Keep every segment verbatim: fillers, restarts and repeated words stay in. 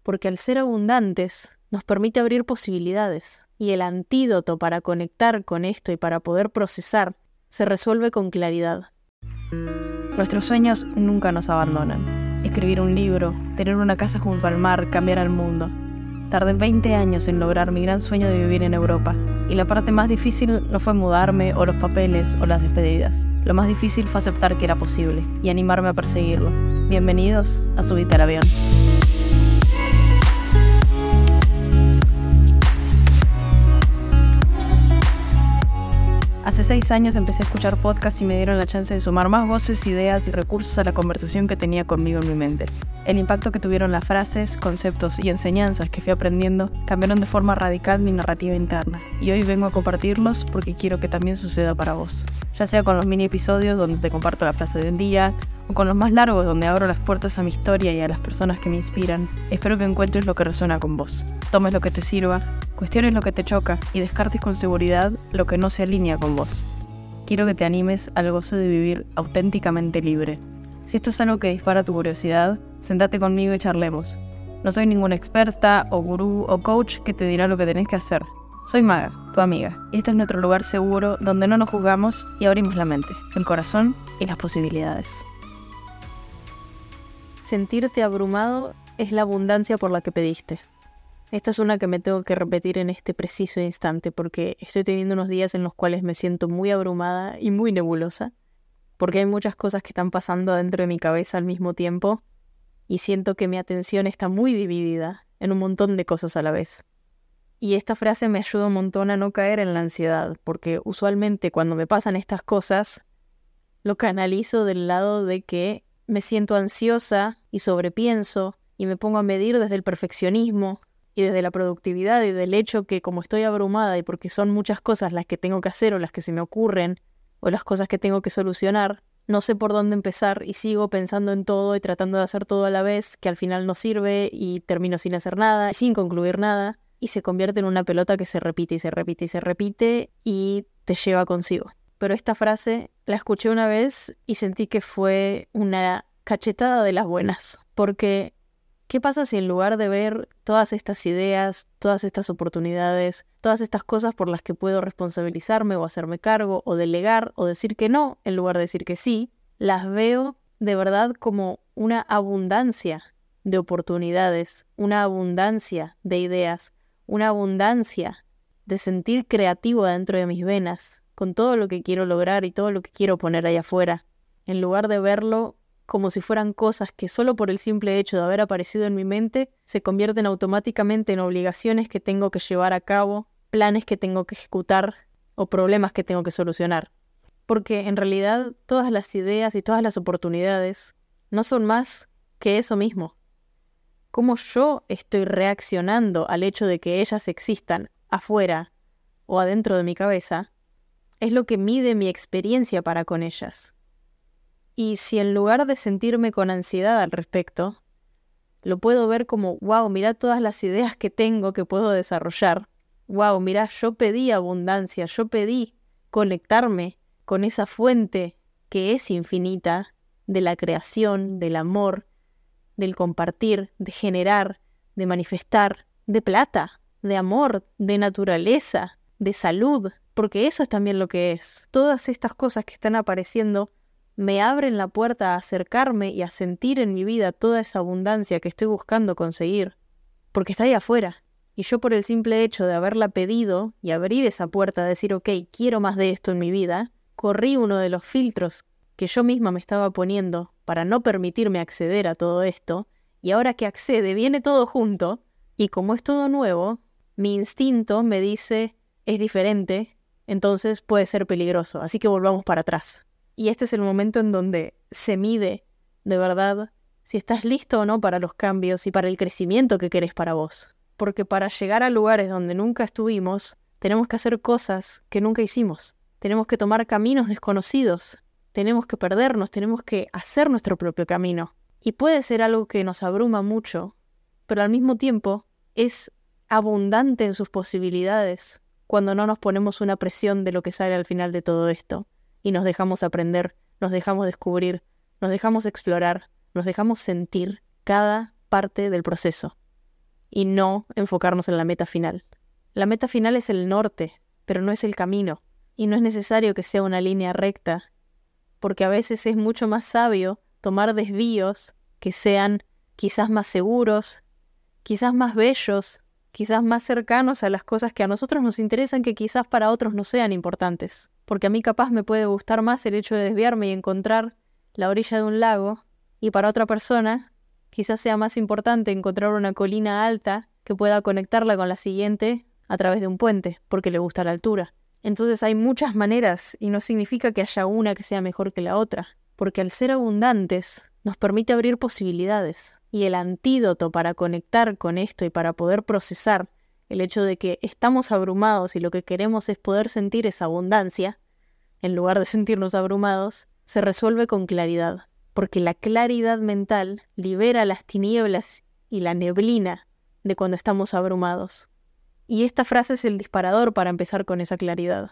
porque al ser abundantes nos permite abrir posibilidades, y el antídoto para conectar con esto y para poder procesar se resuelve con claridad. Nuestros sueños nunca nos abandonan. Escribir un libro, tener una casa junto al mar, cambiar al mundo. Tardé veinte años en lograr mi gran sueño de vivir en Europa, y la parte más difícil no fue mudarme o los papeles o las despedidas. Lo más difícil fue aceptar que era posible y animarme a perseguirlo. Bienvenidos a Subite al Avión. Hace seis años empecé a escuchar podcasts y me dieron la chance de sumar más voces, ideas y recursos a la conversación que tenía conmigo en mi mente. El impacto que tuvieron las frases, conceptos y enseñanzas que fui aprendiendo cambiaron de forma radical mi narrativa interna, y hoy vengo a compartirlos porque quiero que también suceda para vos. Ya sea con los mini episodios donde te comparto la frase del día, o con los más largos donde abro las puertas a mi historia y a las personas que me inspiran. Espero que encuentres lo que resuena con vos. Tomes lo que te sirva, cuestiones lo que te choca y descartes con seguridad lo que no se alinea con vos. Quiero que te animes al goce de vivir auténticamente libre. Si esto es algo que dispara tu curiosidad, sentate conmigo y charlemos. No soy ninguna experta o gurú o coach que te dirá lo que tenés que hacer. Soy Maga, tu amiga, y este es nuestro lugar seguro donde no nos juzgamos y abrimos la mente, el corazón y las posibilidades. Sentirte abrumado es la abundancia por la que pediste. Esta es una que me tengo que repetir en este preciso instante porque estoy teniendo unos días en los cuales me siento muy abrumada y muy nebulosa, porque hay muchas cosas que están pasando dentro de mi cabeza al mismo tiempo y siento que mi atención está muy dividida en un montón de cosas a la vez. Y esta frase me ayuda un montón a no caer en la ansiedad, porque usualmente cuando me pasan estas cosas, lo canalizo del lado de que me siento ansiosa y sobrepienso y me pongo a medir desde el perfeccionismo y desde la productividad y del hecho que como estoy abrumada y porque son muchas cosas las que tengo que hacer o las que se me ocurren o las cosas que tengo que solucionar, no sé por dónde empezar y sigo pensando en todo y tratando de hacer todo a la vez, que al final no sirve y termino sin hacer nada, sin concluir nada, y se convierte en una pelota que se repite y se repite y se repite y te lleva consigo. Pero esta frase la escuché una vez y sentí que fue una cachetada de las buenas, porque ¿qué pasa si en lugar de ver todas estas ideas, todas estas oportunidades, todas estas cosas por las que puedo responsabilizarme o hacerme cargo o delegar o decir que no en lugar de decir que sí, las veo de verdad como una abundancia de oportunidades, una abundancia de ideas, una abundancia de sentir creativo dentro de mis venas, con todo lo que quiero lograr y todo lo que quiero poner ahí afuera, en lugar de verlo como si fueran cosas que solo por el simple hecho de haber aparecido en mi mente se convierten automáticamente en obligaciones que tengo que llevar a cabo, planes que tengo que ejecutar o problemas que tengo que solucionar. Porque en realidad todas las ideas y todas las oportunidades no son más que eso mismo. Cómo yo estoy reaccionando al hecho de que ellas existan afuera o adentro de mi cabeza es lo que mide mi experiencia para con ellas. Y si en lugar de sentirme con ansiedad al respecto, lo puedo ver como, wow, mirá todas las ideas que tengo que puedo desarrollar. Wow, mirá, yo pedí abundancia, yo pedí conectarme con esa fuente que es infinita de la creación, del amor, del compartir, de generar, de manifestar, de plata, de amor, de naturaleza, de salud, porque eso es también lo que es. Todas estas cosas que están apareciendo me abren la puerta a acercarme y a sentir en mi vida toda esa abundancia que estoy buscando conseguir, porque está ahí afuera. Y yo por el simple hecho de haberla pedido y abrir esa puerta, de decir, ok, quiero más de esto en mi vida, corrí uno de los filtros que yo misma me estaba poniendo para no permitirme acceder a todo esto, y ahora que accede viene todo junto, y como es todo nuevo, mi instinto me dice, es diferente, entonces puede ser peligroso, así que volvamos para atrás. Y este es el momento en donde se mide, de verdad, si estás listo o no para los cambios y para el crecimiento que querés para vos. Porque para llegar a lugares donde nunca estuvimos, tenemos que hacer cosas que nunca hicimos. Tenemos que tomar caminos desconocidos. Tenemos que perdernos, tenemos que hacer nuestro propio camino. Y puede ser algo que nos abruma mucho, pero al mismo tiempo es abundante en sus posibilidades cuando no nos ponemos una presión de lo que sale al final de todo esto. Y nos dejamos aprender, nos dejamos descubrir, nos dejamos explorar, nos dejamos sentir cada parte del proceso. y no enfocarnos en la meta final. La meta final es el norte, pero no es el camino, y no es necesario que sea una línea recta, porque a veces es mucho más sabio tomar desvíos que sean quizás más seguros, quizás más bellos, quizás más cercanos a las cosas que a nosotros nos interesan que quizás para otros no sean importantes. Porque a mí capaz me puede gustar más el hecho de desviarme y encontrar la orilla de un lago, y para otra persona quizás sea más importante encontrar una colina alta que pueda conectarla con la siguiente a través de un puente, porque le gusta la altura. Entonces hay muchas maneras y no significa que haya una que sea mejor que la otra, porque al ser abundantes nos permite abrir posibilidades. Y el antídoto para conectar con esto y para poder procesar el hecho de que estamos abrumados y lo que queremos es poder sentir esa abundancia, en lugar de sentirnos abrumados, se resuelve con claridad. Porque la claridad mental libera las tinieblas y la neblina de cuando estamos abrumados. Y esta frase es el disparador para empezar con esa claridad.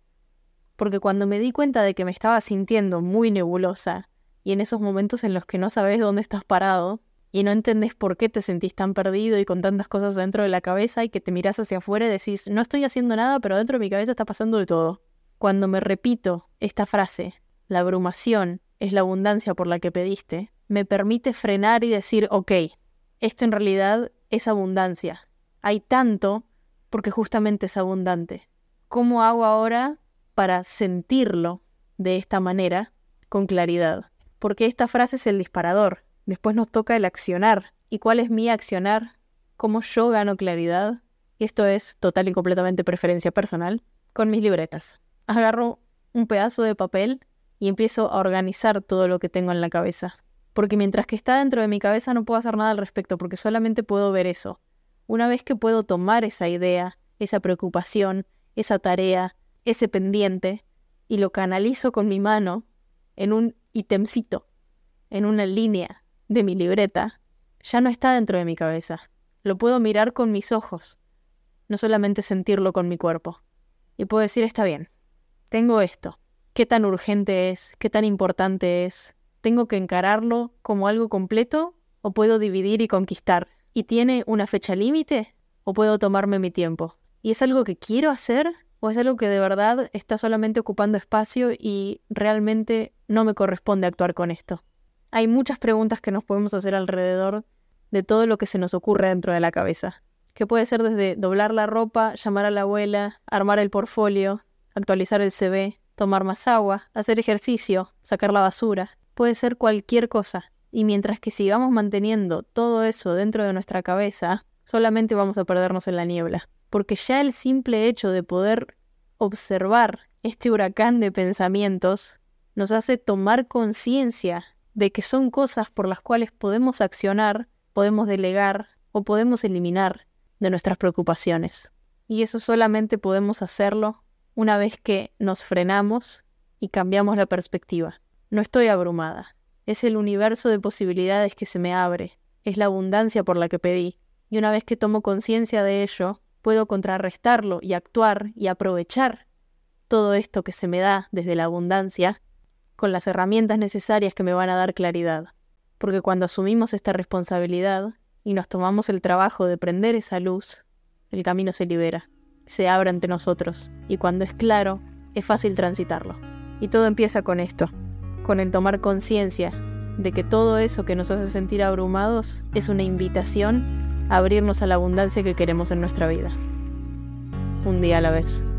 Porque cuando me di cuenta de que me estaba sintiendo muy nebulosa, y en esos momentos en los que no sabes dónde estás parado, y no entendés por qué te sentís tan perdido y con tantas cosas dentro de la cabeza, y que te mirás hacia afuera y decís, no estoy haciendo nada, pero dentro de mi cabeza está pasando de todo. Cuando me repito esta frase, la abrumación es la abundancia por la que pediste, me permite frenar y decir, ok, esto en realidad es abundancia. Hay tanto porque justamente es abundante. ¿Cómo hago ahora para sentirlo de esta manera con claridad? Porque esta frase es el disparador. Después nos toca el accionar. ¿Y cuál es mi accionar? ¿Cómo yo gano claridad? Y esto es total y completamente preferencia personal, con mis libretas. Agarro un pedazo de papel y empiezo a organizar todo lo que tengo en la cabeza. Porque mientras que está dentro de mi cabeza no puedo hacer nada al respecto, porque solamente puedo ver eso. Una vez que puedo tomar esa idea, esa preocupación, esa tarea, ese pendiente, y lo canalizo con mi mano en un ítemcito, en una línea de mi libreta, ya no está dentro de mi cabeza. Lo puedo mirar con mis ojos, no solamente sentirlo con mi cuerpo. Y puedo decir, está bien, tengo esto. ¿Qué tan urgente es? ¿Qué tan importante es? ¿Tengo que encararlo como algo completo o puedo dividir y conquistar? ¿Y tiene una fecha límite o puedo tomarme mi tiempo? ¿Y es algo que quiero hacer o es algo que de verdad está solamente ocupando espacio y realmente no me corresponde actuar con esto? Hay muchas preguntas que nos podemos hacer alrededor de todo lo que se nos ocurre dentro de la cabeza, que puede ser desde doblar la ropa, llamar a la abuela, armar el portfolio, actualizar el C V, tomar más agua, hacer ejercicio, sacar la basura. Puede ser cualquier cosa. Y mientras que sigamos manteniendo todo eso dentro de nuestra cabeza, solamente vamos a perdernos en la niebla. Porque ya el simple hecho de poder observar este huracán de pensamientos nos hace tomar conciencia de que son cosas por las cuales podemos accionar, podemos delegar o podemos eliminar de nuestras preocupaciones. Y eso solamente podemos hacerlo una vez que nos frenamos y cambiamos la perspectiva. No estoy abrumada. Es el universo de posibilidades que se me abre. Es la abundancia por la que pedí. Y una vez que tomo conciencia de ello, puedo contrarrestarlo y actuar y aprovechar todo esto que se me da desde la abundancia con las herramientas necesarias que me van a dar claridad. Porque cuando asumimos esta responsabilidad y nos tomamos el trabajo de prender esa luz, el camino se libera, se abre ante nosotros. Y cuando es claro, es fácil transitarlo. Y todo empieza con esto. Con el tomar conciencia de que todo eso que nos hace sentir abrumados es una invitación a abrirnos a la abundancia que queremos en nuestra vida. Un día a la vez.